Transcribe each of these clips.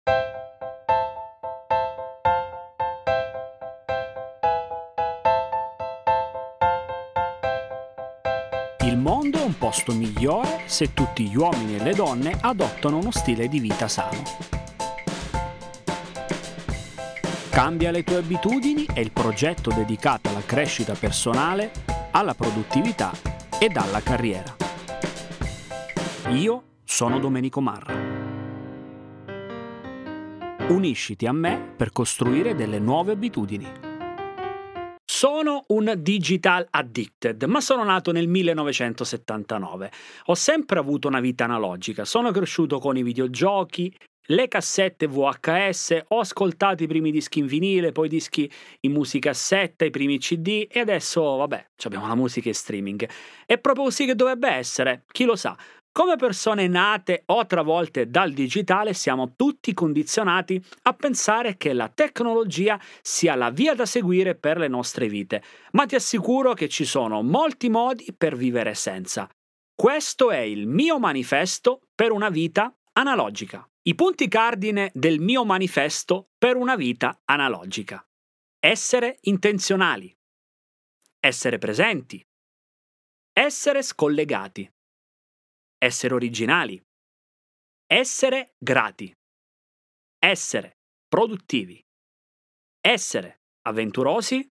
Il mondo è un posto migliore se tutti gli uomini e le donne adottano uno stile di vita sano. Cambia le tue abitudini è il progetto dedicato alla crescita personale, alla produttività ed alla carriera. Io sono Domenico Marra. Unisciti a me per costruire delle nuove abitudini. Sono un digital addicted, ma sono nato nel 1979. Ho sempre avuto una vita analogica, sono cresciuto con i videogiochi, le cassette VHS, ho ascoltato i primi dischi in vinile, poi dischi in musicassetta, i primi CD e adesso, vabbè, abbiamo la musica in streaming. È proprio così che dovrebbe essere, chi lo sa. Come persone nate o travolte dal digitale siamo tutti condizionati a pensare che la tecnologia sia la via da seguire per le nostre vite, ma ti assicuro che ci sono molti modi per vivere senza. Questo è il mio manifesto per una vita analogica. I punti cardine del mio manifesto per una vita analogica. Essere intenzionali. Essere presenti. Essere scollegati. Essere originali. Essere grati. Essere produttivi. Essere avventurosi.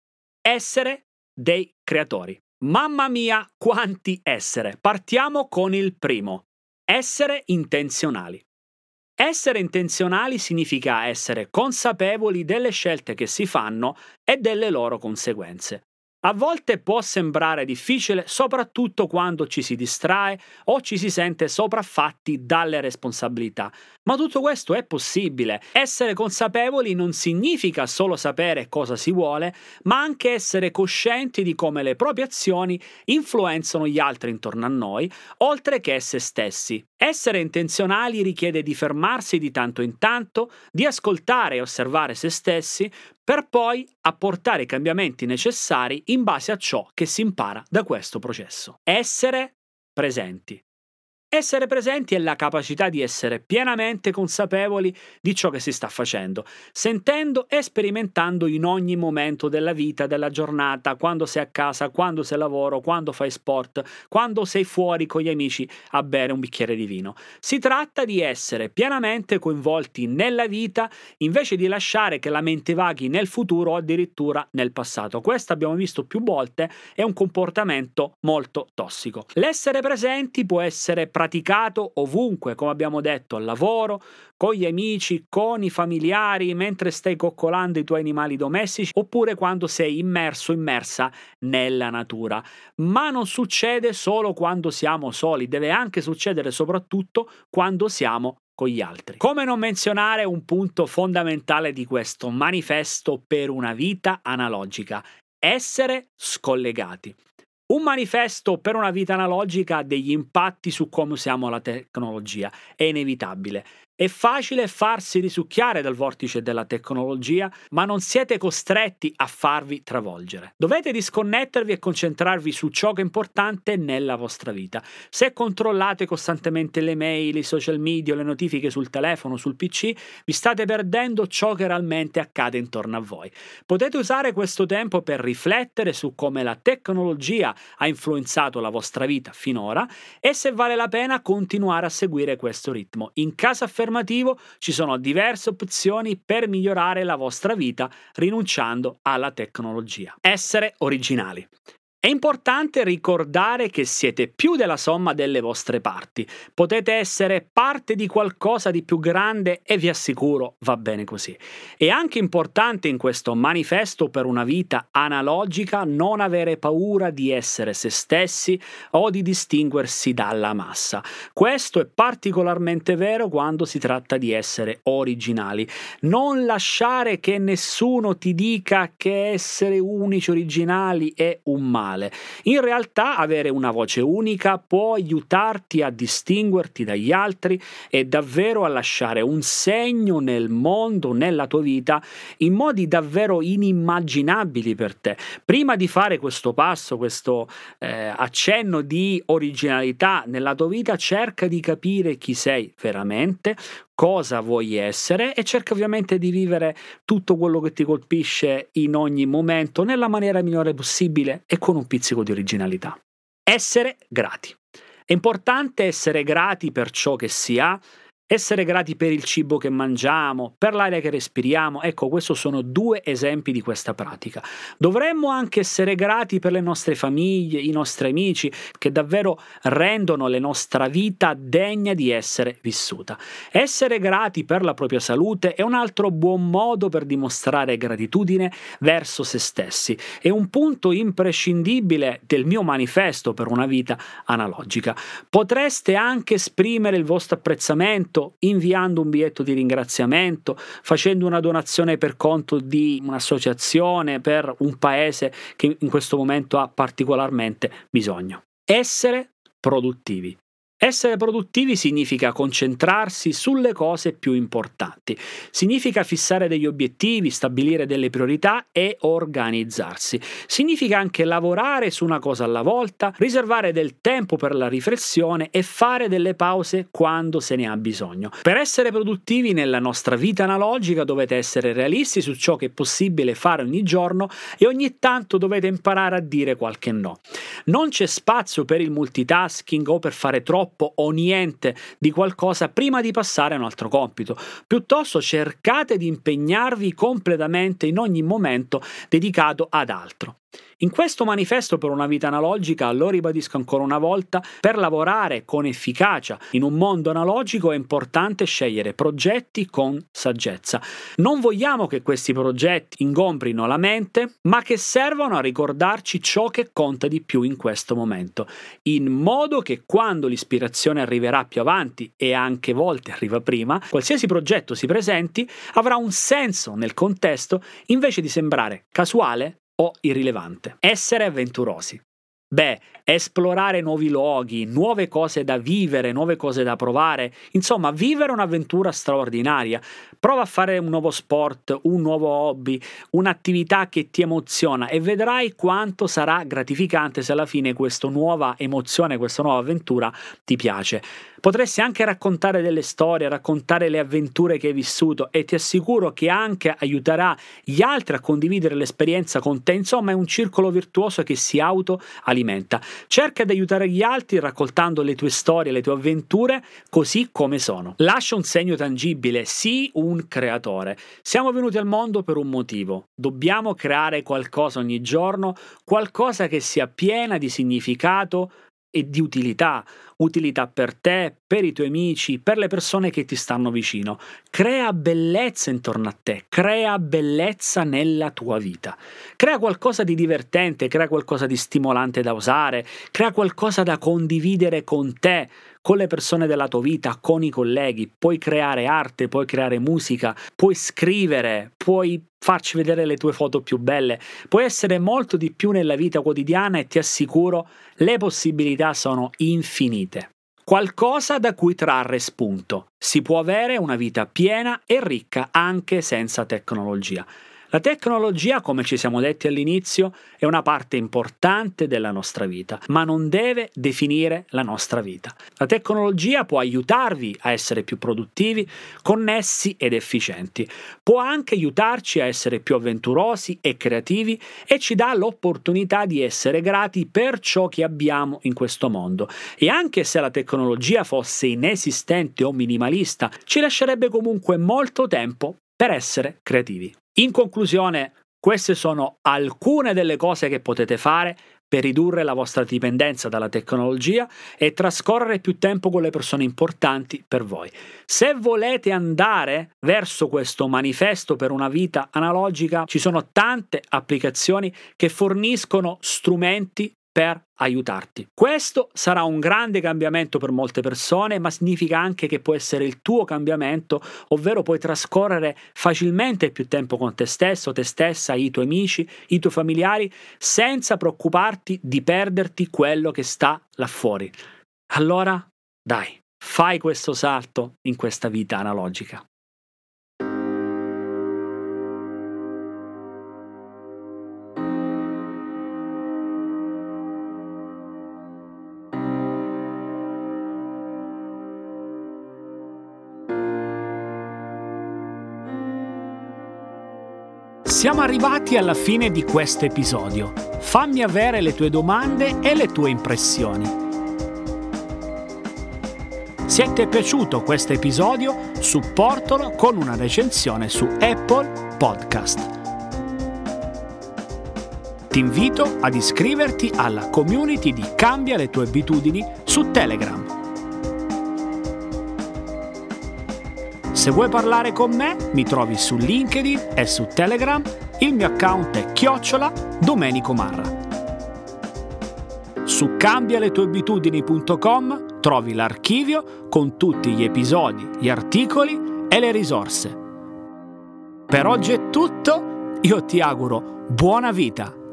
Essere dei creatori. Mamma mia, quanti essere! Partiamo con il primo. Essere intenzionali. Essere intenzionali significa essere consapevoli delle scelte che si fanno e delle loro conseguenze. A volte può sembrare difficile, soprattutto quando ci si distrae o ci si sente sopraffatti dalle responsabilità. Ma tutto questo è possibile. Essere consapevoli non significa solo sapere cosa si vuole, ma anche essere coscienti di come le proprie azioni influenzano gli altri intorno a noi, oltre che se stessi. Essere intenzionali richiede di fermarsi di tanto in tanto, di ascoltare e osservare se stessi, per poi apportare i cambiamenti necessari in base a ciò che si impara da questo processo. Essere presenti. Essere presenti è la capacità di essere pienamente consapevoli di ciò che si sta facendo, sentendo e sperimentando in ogni momento della vita, della giornata, quando sei a casa, quando sei a lavoro, quando fai sport, quando sei fuori con gli amici a bere un bicchiere di vino. Si tratta di essere pienamente coinvolti nella vita invece di lasciare che la mente vaghi nel futuro o addirittura nel passato. Questo abbiamo visto più volte, è un comportamento molto tossico. L'essere presenti può essere praticato ovunque, come abbiamo detto, al lavoro, con gli amici, con i familiari, mentre stai coccolando i tuoi animali domestici, oppure quando sei immersa nella natura. Ma non succede solo quando siamo soli, deve anche succedere soprattutto quando siamo con gli altri. Come non menzionare un punto fondamentale di questo manifesto per una vita analogica? Essere scollegati. Un manifesto per una vita analogica ha degli impatti su come usiamo la tecnologia, è inevitabile. È facile farsi risucchiare dal vortice della tecnologia, ma non siete costretti a farvi travolgere. Dovete disconnettervi e concentrarvi su ciò che è importante nella vostra vita. Se controllate costantemente le mail, i social media, le notifiche sul telefono, sul PC, vi state perdendo ciò che realmente accade intorno a voi. Potete usare questo tempo per riflettere su come la tecnologia ha influenzato la vostra vita finora e se vale la pena continuare a seguire questo ritmo. In caso affermativo ci sono diverse opzioni per migliorare la vostra vita rinunciando alla tecnologia. Essere originali. È importante ricordare che siete più della somma delle vostre parti. Potete essere parte di qualcosa di più grande e vi assicuro va bene così. È anche importante in questo manifesto per una vita analogica non avere paura di essere se stessi o di distinguersi dalla massa. Questo è particolarmente vero quando si tratta di essere originali. Non lasciare che nessuno ti dica che essere unici originali è un male. In realtà avere una voce unica può aiutarti a distinguerti dagli altri e davvero a lasciare un segno nel mondo, nella tua vita, in modi davvero inimmaginabili per te. Prima di fare questo passo, questo accenno di originalità nella tua vita, cerca di capire chi sei veramente, cosa vuoi essere e cerca ovviamente di vivere tutto quello che ti colpisce in ogni momento nella maniera migliore possibile e con un pizzico di originalità. Essere grati. È importante essere grati per ciò che si ha, essere grati per il cibo che mangiamo, per l'aria che respiriamo. Ecco, questi sono 2 esempi di questa pratica. Dovremmo anche essere grati per le nostre famiglie, i nostri amici, che davvero rendono la nostra vita degna di essere vissuta. Essere grati per la propria salute è un altro buon modo per dimostrare gratitudine verso se stessi. È un punto imprescindibile del mio manifesto per una vita analogica. Potreste anche esprimere il vostro apprezzamento inviando un biglietto di ringraziamento, facendo una donazione per conto di un'associazione per un paese che in questo momento ha particolarmente bisogno. Essere produttivi. Essere produttivi significa concentrarsi sulle cose più importanti, significa fissare degli obiettivi, stabilire delle priorità e organizzarsi. Significa anche lavorare su una cosa alla volta, riservare del tempo per la riflessione e fare delle pause quando se ne ha bisogno. Per essere produttivi nella nostra vita analogica dovete essere realisti su ciò che è possibile fare ogni giorno e ogni tanto dovete imparare a dire qualche no. Non c'è spazio per il multitasking o per fare troppo o niente di qualcosa prima di passare a un altro compito. Piuttosto cercate di impegnarvi completamente in ogni momento dedicato ad altro. In questo manifesto per una vita analogica, lo ribadisco ancora una volta, per lavorare con efficacia in un mondo analogico è importante scegliere progetti con saggezza. Non vogliamo che questi progetti ingombrino la mente, ma che servano a ricordarci ciò che conta di più in questo momento, in modo che quando l'ispirazione arriverà più avanti e anche volte arriva prima, qualsiasi progetto si presenti avrà un senso nel contesto invece di sembrare casuale o irrilevante. Essere avventurosi. Esplorare nuovi luoghi, nuove cose da vivere, nuove cose da provare, insomma, vivere un'avventura straordinaria. Prova a fare un nuovo sport, un nuovo hobby, un'attività che ti emoziona e vedrai quanto sarà gratificante se alla fine questa nuova emozione, questa nuova avventura ti piace. Potresti anche raccontare delle storie, raccontare le avventure che hai vissuto e ti assicuro che anche aiuterà gli altri a condividere l'esperienza con te. Insomma, è un circolo virtuoso che si autoalimenta. Cerca di aiutare gli altri raccontando le tue storie, le tue avventure così come sono. Lascia un segno tangibile, sii un creatore. Siamo venuti al mondo per un motivo. Dobbiamo creare qualcosa ogni giorno, qualcosa che sia piena di significato e di utilità per te, per i tuoi amici, per le persone che ti stanno vicino. Crea bellezza intorno a te, crea bellezza nella tua vita. Crea qualcosa di divertente, crea qualcosa di stimolante da usare, crea qualcosa da condividere con te, con le persone della tua vita, con i colleghi. Puoi creare arte, puoi creare musica, puoi scrivere, puoi farci vedere le tue foto più belle, puoi essere molto di più nella vita quotidiana e ti assicuro le possibilità sono infinite. Qualcosa da cui trarre spunto. Si può avere una vita piena e ricca anche senza tecnologia. La tecnologia, come ci siamo detti all'inizio, è una parte importante della nostra vita, ma non deve definire la nostra vita. La tecnologia può aiutarvi a essere più produttivi, connessi ed efficienti. Può anche aiutarci a essere più avventurosi e creativi e ci dà l'opportunità di essere grati per ciò che abbiamo in questo mondo. E anche se la tecnologia fosse inesistente o minimalista, ci lascerebbe comunque molto tempo per essere creativi. In conclusione, queste sono alcune delle cose che potete fare per ridurre la vostra dipendenza dalla tecnologia e trascorrere più tempo con le persone importanti per voi. Se volete andare verso questo manifesto per una vita analogica, ci sono tante applicazioni che forniscono strumenti per aiutarti. Questo sarà un grande cambiamento per molte persone, ma significa anche che può essere il tuo cambiamento, ovvero puoi trascorrere facilmente più tempo con te stesso, te stessa, i tuoi amici, i tuoi familiari, senza preoccuparti di perderti quello che sta là fuori. Allora, dai, fai questo salto in questa vita analogica. Siamo arrivati alla fine di questo episodio. Fammi avere le tue domande e le tue impressioni. Se ti è piaciuto questo episodio, supportalo con una recensione su Apple Podcast. Ti invito ad iscriverti alla community di Cambia le tue abitudini su Telegram. Se vuoi parlare con me, mi trovi su LinkedIn e su Telegram. Il mio account è @Domenico Marra. Su cambialetueabitudini.com trovi l'archivio con tutti gli episodi, gli articoli e le risorse. Per oggi è tutto, io ti auguro buona vita!